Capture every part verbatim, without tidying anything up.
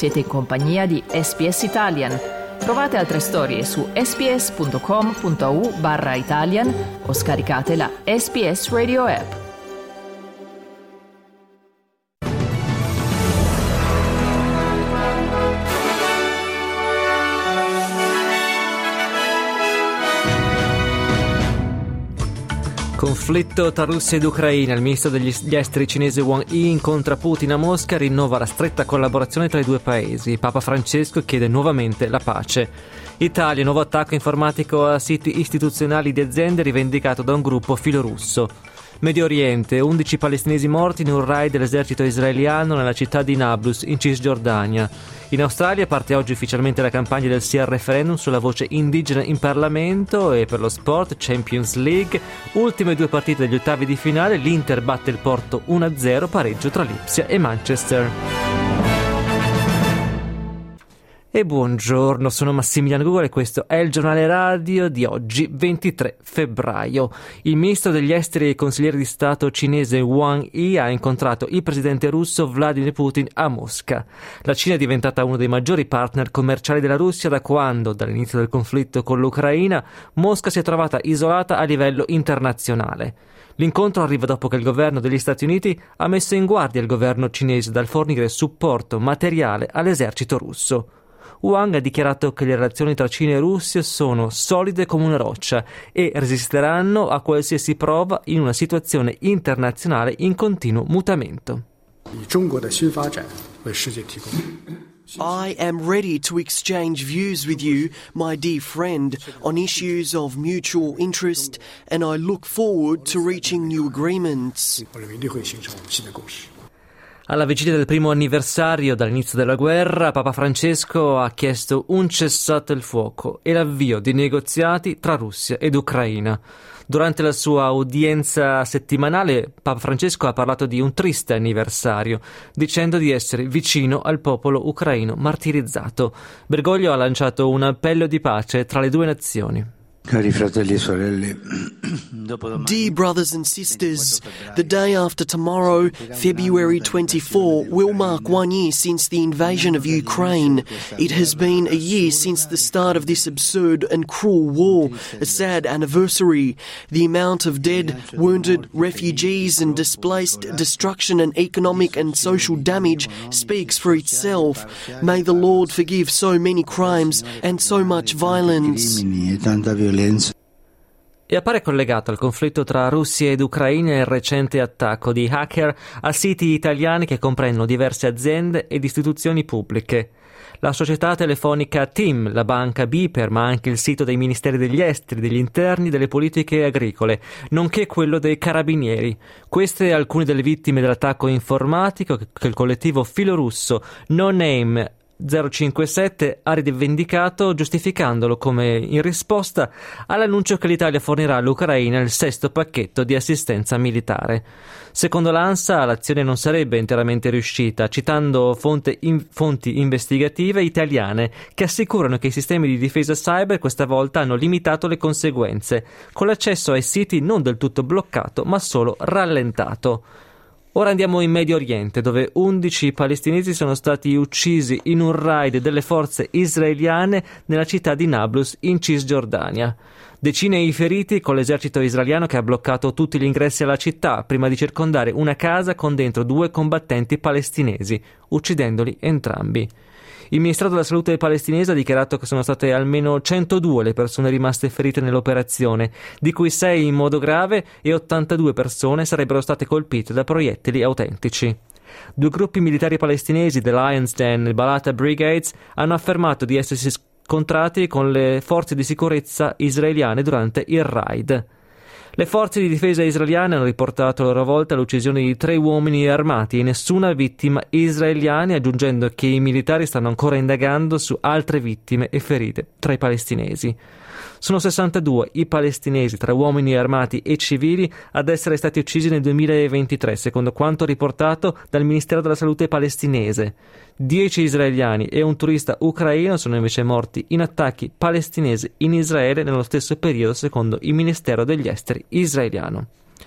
Siete in compagnia di S B S Italian. Trovate altre storie su sbs.com.au barra Italian o scaricate la S B S Radio app. Conflitto tra Russia ed Ucraina. Il ministro degli esteri cinese Wang Yi incontra Putin a Mosca e rinnova la stretta collaborazione tra i due paesi. Papa Francesco chiede nuovamente la pace. Italia, nuovo attacco informatico a siti istituzionali di aziende rivendicato da un gruppo filorusso. Medio Oriente, undici palestinesi morti in un raid dell'esercito israeliano nella città di Nablus, in Cisgiordania. In Australia parte oggi ufficialmente la campagna del sì al referendum sulla voce indigena in Parlamento. E per lo sport, Champions League, ultime due partite degli ottavi di finale, l'Inter batte il Porto uno a zero, pareggio tra Lipsia e Manchester. E buongiorno, sono Massimiliano Gugola e questo è il giornale radio di oggi, ventitré febbraio. Il ministro degli esteri e consigliere di Stato cinese Wang Yi ha incontrato il presidente russo Vladimir Putin a Mosca. La Cina è diventata uno dei maggiori partner commerciali della Russia da quando, dall'inizio del conflitto con l'Ucraina, Mosca si è trovata isolata a livello internazionale. L'incontro arriva dopo che il governo degli Stati Uniti ha messo in guardia il governo cinese dal fornire supporto materiale all'esercito russo. Wang ha dichiarato che le relazioni tra Cina e Russia sono solide come una roccia e resisteranno a qualsiasi prova in una situazione internazionale in continuo mutamento. I am ready to exchange views with you, my dear friend, on issues of mutual interest, and I look forward to reaching new agreements. Alla vigilia del primo anniversario dall'inizio della guerra, Papa Francesco ha chiesto un cessate il fuoco e l'avvio di negoziati tra Russia ed Ucraina. Durante la sua udienza settimanale, Papa Francesco ha parlato di un triste anniversario, dicendo di essere vicino al popolo ucraino martirizzato. Bergoglio ha lanciato un appello di pace tra le due nazioni. Cari fratelli e sorelle, dear brothers and sisters, the day after tomorrow, February twenty-fourth, will mark one year since the invasion of Ukraine. It has been a year since the start of this absurd and cruel war, a sad anniversary. The amount of dead, wounded, refugees and displaced, destruction and economic and social damage speaks for itself. May the Lord forgive so many crimes and so much violence. E appare collegato al conflitto tra Russia ed Ucraina il recente attacco di hacker a siti italiani che comprendono diverse aziende ed istituzioni pubbliche. La società telefonica TIM, la banca Biper, ma anche il sito dei Ministeri degli Esteri, degli Interni, delle Politiche Agricole, nonché quello dei Carabinieri. Queste alcune delle vittime dell'attacco informatico che il collettivo filorusso No Name zero cinque sette ha rivendicato, giustificandolo come in risposta all'annuncio che l'Italia fornirà all'Ucraina il sesto pacchetto di assistenza militare. Secondo l'ANSA l'azione non sarebbe interamente riuscita, citando fonte in, fonti investigative italiane che assicurano che i sistemi di difesa cyber questa volta hanno limitato le conseguenze, con l'accesso ai siti non del tutto bloccato ma solo rallentato. Ora andiamo in Medio Oriente, dove undici palestinesi sono stati uccisi in un raid delle forze israeliane nella città di Nablus, in Cisgiordania. Decine i feriti, con l'esercito israeliano che ha bloccato tutti gli ingressi alla città prima di circondare una casa con dentro due combattenti palestinesi, uccidendoli entrambi. Il Ministero della Salute palestinese ha dichiarato che sono state almeno centodue le persone rimaste ferite nell'operazione, di cui sei in modo grave e ottantadue persone sarebbero state colpite da proiettili autentici. Due gruppi militari palestinesi, The Lions Den e Balata Brigades, hanno affermato di essersi scontrati con le forze di sicurezza israeliane durante il raid. Le forze di difesa israeliane hanno riportato a loro volta l'uccisione di tre uomini armati e nessuna vittima israeliana, aggiungendo che i militari stanno ancora indagando su altre vittime e ferite tra i palestinesi. Sono sessantadue i palestinesi, tra uomini armati e civili, ad essere stati uccisi nel duemilaventitré, secondo quanto riportato dal Ministero della Salute palestinese. Dieci israeliani e un turista ucraino sono invece morti in attacchi palestinesi in Israele nello stesso periodo, secondo il Ministero degli Esteri israeliano.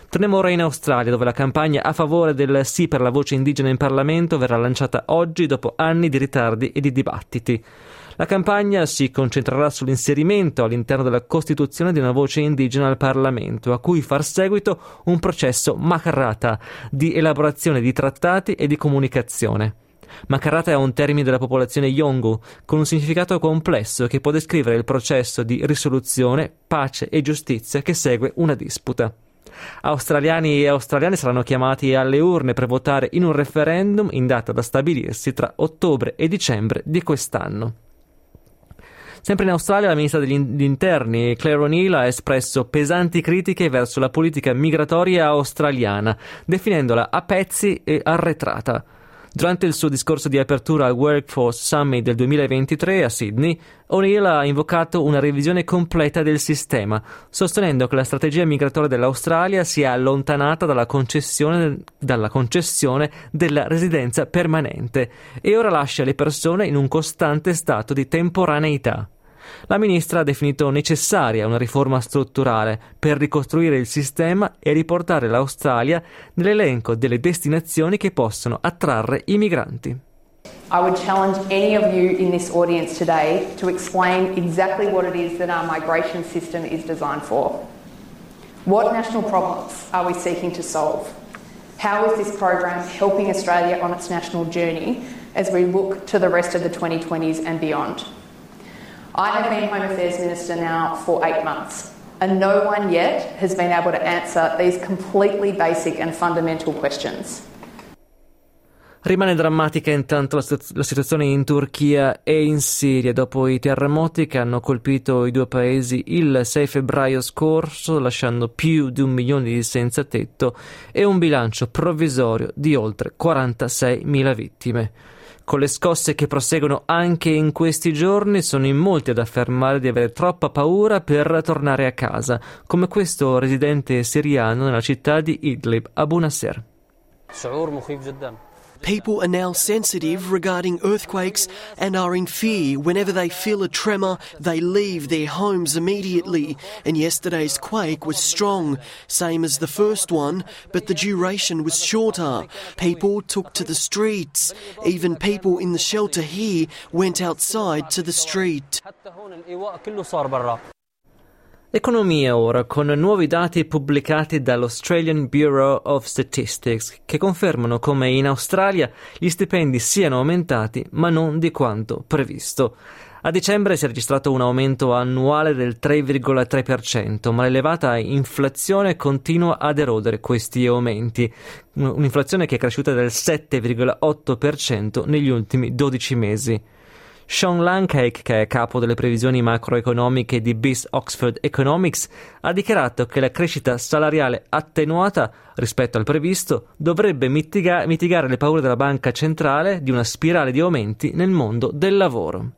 Torniamo ora in Australia, dove la campagna a favore del sì per la voce indigena in Parlamento verrà lanciata oggi dopo anni di ritardi e di dibattiti. La campagna si concentrerà sull'inserimento all'interno della Costituzione di una voce indigena al Parlamento, a cui far seguito un processo Makarrata di elaborazione di trattati e di comunicazione. Makarrata è un termine della popolazione Yolngu con un significato complesso che può descrivere il processo di risoluzione, pace e giustizia che segue una disputa. Australiani e australiane saranno chiamati alle urne per votare in un referendum in data da stabilirsi tra ottobre e dicembre di quest'anno. Sempre in Australia, la ministra degli interni Claire O'Neill ha espresso pesanti critiche verso la politica migratoria australiana, definendola a pezzi e arretrata. Durante il suo discorso di apertura al Workforce Summit del duemilaventitré a Sydney, O'Neill ha invocato una revisione completa del sistema, sostenendo che la strategia migratoria dell'Australia sia allontanata dalla concessione, dalla concessione della residenza permanente e ora lascia le persone in un costante stato di temporaneità. La ministra ha definito necessaria una riforma strutturale per ricostruire il sistema e riportare l'Australia nell'elenco delle destinazioni che possono attrarre i migranti. I would challenge any of you in this audience today to explain exactly what it is that our migration system is designed for. What national problems are we seeking to solve? How is this program helping Australia on its national journey as we look to the rest of the twenty twenties and beyond? I have been Home Affairs Minister now for eight months, and no one yet has been able to answer these completely basic and fundamental questions. Rimane drammatica intanto la, situ- la situazione in Turchia e in Siria dopo i terremoti che hanno colpito i due paesi il sei febbraio scorso, lasciando più di un milione di senza tetto e un bilancio provvisorio di oltre quarantaseimila vittime. Con le scosse che proseguono anche in questi giorni, sono in molti ad affermare di avere troppa paura per tornare a casa, come questo residente siriano nella città di Idlib, Abu Nasser. People are now sensitive regarding earthquakes and are in fear. Whenever they feel a tremor, they leave their homes immediately. And yesterday's quake was strong, same as the first one, but the duration was shorter. People took to the streets. Even people in the shelter here went outside to the street. Economia ora, con nuovi dati pubblicati dall'Australian Bureau of Statistics, che confermano come in Australia gli stipendi siano aumentati, ma non di quanto previsto. A dicembre si è registrato un aumento annuale del tre virgola tre per cento, ma l'elevata inflazione continua ad erodere questi aumenti. Un'inflazione che è cresciuta del sette virgola otto per cento negli ultimi dodici mesi. Sean Langcake, che è capo delle previsioni macroeconomiche di B I S Oxford Economics, ha dichiarato che la crescita salariale attenuata rispetto al previsto dovrebbe mitiga- mitigare le paure della banca centrale di una spirale di aumenti nel mondo del lavoro.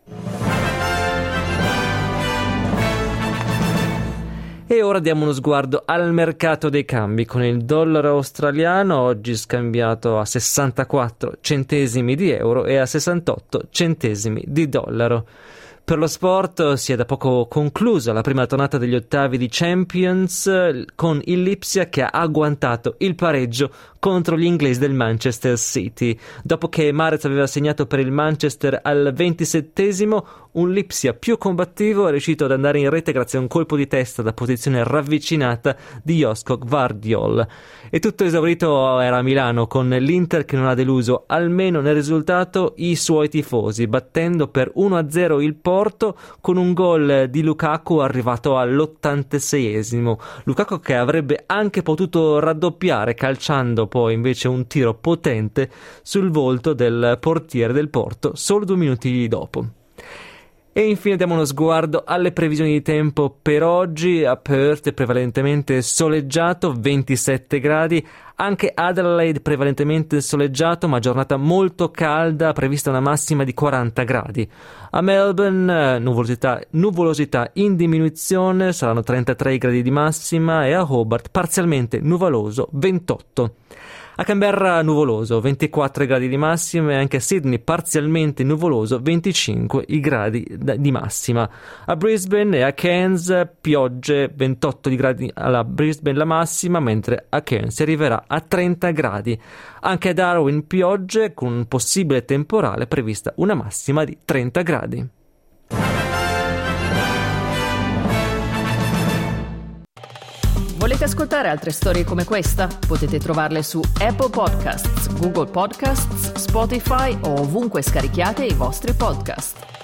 E ora diamo uno sguardo al mercato dei cambi, con il dollaro australiano oggi scambiato a sessantaquattro centesimi di euro e a sessantotto centesimi di dollaro. Per lo sport si è da poco conclusa la prima tornata degli ottavi di Champions con il Lipsia che ha agguantato il pareggio contro gli inglesi del Manchester City. Dopo che Mahrez aveva segnato per il Manchester al ventisettesimo, un Lipsia più combattivo è riuscito ad andare in rete grazie a un colpo di testa da posizione ravvicinata di Josko Gvardiol. E tutto esaurito era a Milano, con l'Inter che non ha deluso, almeno nel risultato, i suoi tifosi, battendo per uno a zero il Porto con un gol di Lukaku arrivato all'ottantaseiesimo. Lukaku che avrebbe anche potuto raddoppiare, calciando poi invece un tiro potente sul volto del portiere del Porto solo due minuti dopo. E infine diamo uno sguardo alle previsioni di tempo per oggi. A Perth è prevalentemente soleggiato, ventisette gradi, anche Adelaide prevalentemente soleggiato, ma giornata molto calda, prevista una massima di quaranta gradi. A Melbourne nuvolosità, nuvolosità in diminuzione, saranno trentatré gradi di massima, e a Hobart parzialmente nuvoloso, ventotto. A Canberra nuvoloso, ventiquattro i gradi di massima, e anche a Sydney parzialmente nuvoloso, venticinque i gradi di massima. A Brisbane e a Cairns piogge, ventotto di gradi alla Brisbane la massima, mentre a Cairns si arriverà a trenta gradi. Anche a Darwin piogge, con un possibile temporale, prevista una massima di trenta gradi. Volete ascoltare altre storie come questa? Potete trovarle su Apple Podcasts, Google Podcasts, Spotify o ovunque scarichiate i vostri podcast.